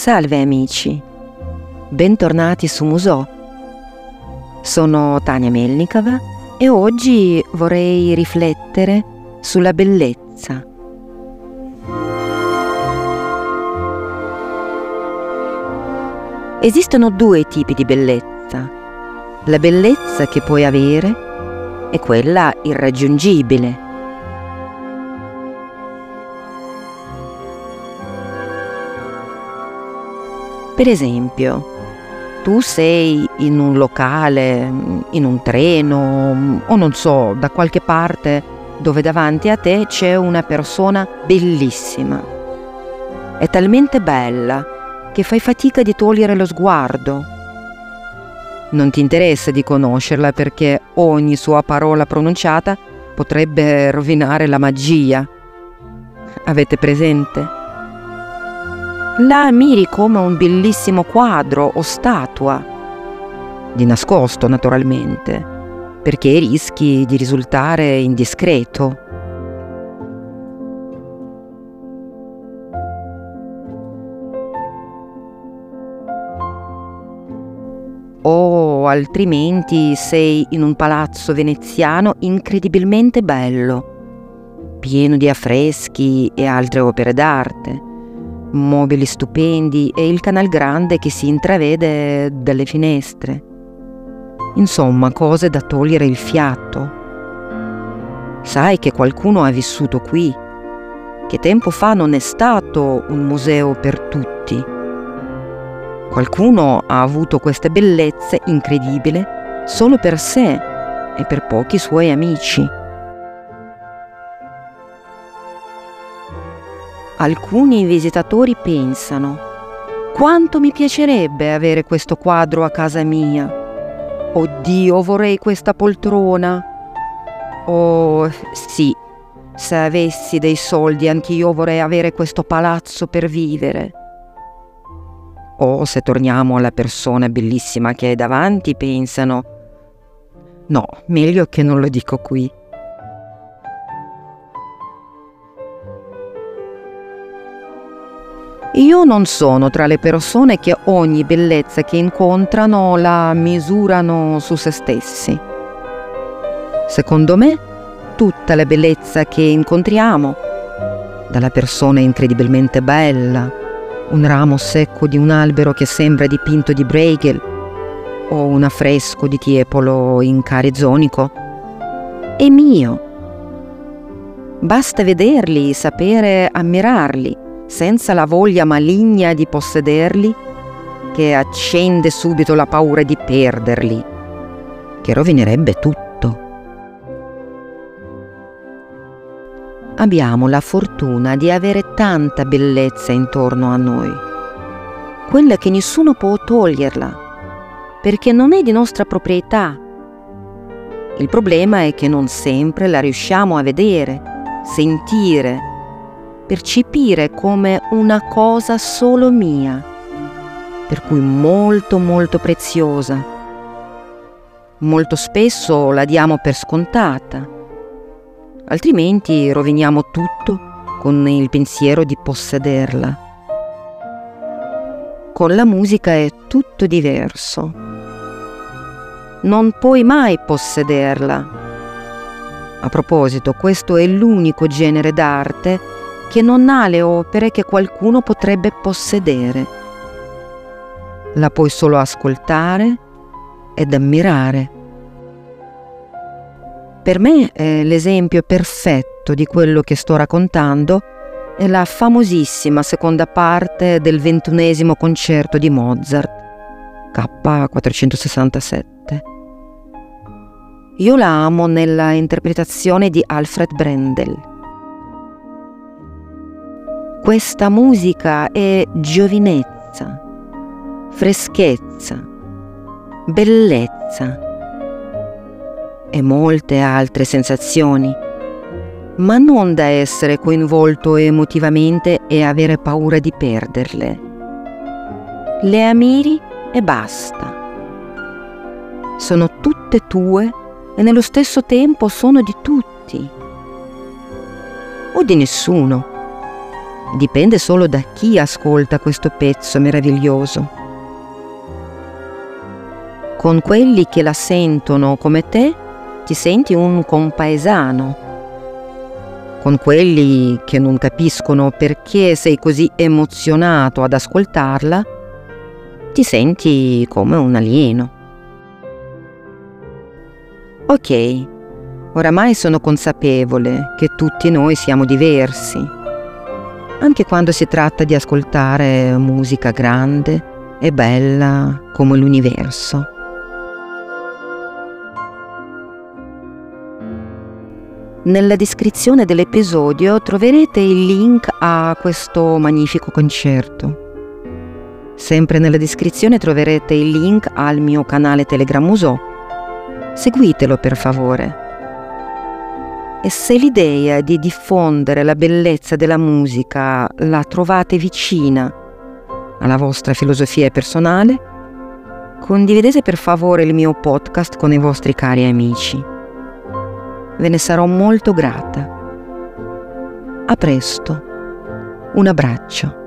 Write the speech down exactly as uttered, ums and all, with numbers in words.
Salve amici, bentornati su Musò. Sono Tania Melnikova e oggi vorrei riflettere sulla bellezza. Esistono due tipi di bellezza: la bellezza che puoi avere e quella irraggiungibile. Per esempio, tu sei in un locale, in un treno o non so, da qualche parte dove davanti a te c'è una persona bellissima. È talmente bella che fai fatica di togliere lo sguardo. Non ti interessa di conoscerla perché ogni sua parola pronunciata potrebbe rovinare la magia. Avete presente? La ammiri come un bellissimo quadro o statua, di nascosto naturalmente, perché rischi di risultare indiscreto. O altrimenti sei in un palazzo veneziano incredibilmente bello, pieno di affreschi e altre opere d'arte, mobili stupendi e il canal grande che si intravede dalle finestre. Insomma, cose da togliere il fiato. Sai che qualcuno ha vissuto qui, che tempo fa non è stato un museo per tutti. Qualcuno ha avuto queste bellezze incredibili solo per sé e per pochi suoi amici. Alcuni visitatori pensano: quanto mi piacerebbe avere questo quadro a casa mia. Oddio, vorrei questa poltrona. Oh, sì, se avessi dei soldi anch'io vorrei avere questo palazzo per vivere. O se torniamo alla persona bellissima che hai davanti, pensano: no, meglio che non lo dico qui. Io non sono tra le persone che ogni bellezza che incontrano la misurano su se stessi. Secondo me, tutta la bellezza che incontriamo, dalla persona incredibilmente bella, un ramo secco di un albero che sembra dipinto di Bruegel, o un affresco di Tiepolo in Carizonico, è mio. Basta vederli, sapere ammirarli, senza la voglia maligna di possederli, che accende subito la paura di perderli, che rovinerebbe tutto. Abbiamo la fortuna di avere tanta bellezza intorno a noi, quella che nessuno può toglierla, perché non è di nostra proprietà. Il problema è che non sempre la riusciamo a vedere, sentire, percepire come una cosa solo mia, per cui molto molto preziosa. Molto spesso la diamo per scontata, altrimenti roviniamo tutto con il pensiero di possederla. Con la musica è tutto diverso. Non puoi mai possederla. A proposito, questo è l'unico genere d'arte che non ha le opere che qualcuno potrebbe possedere. La puoi solo ascoltare ed ammirare. Per me è l'esempio perfetto di quello che sto raccontando è la famosissima seconda parte del ventunesimo concerto di Mozart, K quattrocentosessantasette. Io la amo nella interpretazione di Alfred Brendel. Questa musica è giovinezza, freschezza, bellezza e molte altre sensazioni, ma non da essere coinvolto emotivamente e avere paura di perderle. Le ammiri e basta. Sono tutte tue e nello stesso tempo sono di tutti o di nessuno. Dipende solo da chi ascolta questo pezzo meraviglioso. Con quelli che la sentono come te, ti senti un compaesano. Con quelli che non capiscono perché sei così emozionato ad ascoltarla, ti senti come un alieno. Ok, oramai sono consapevole che tutti noi siamo diversi, anche quando si tratta di ascoltare musica grande e bella come l'universo. Nella descrizione dell'episodio troverete il link a questo magnifico concerto. Sempre nella descrizione troverete il link al mio canale Telegram Musò. Seguitelo per favore. E se l'idea di diffondere la bellezza della musica la trovate vicina alla vostra filosofia personale, condividete per favore il mio podcast con i vostri cari amici. Ve ne sarò molto grata. A presto. Un abbraccio.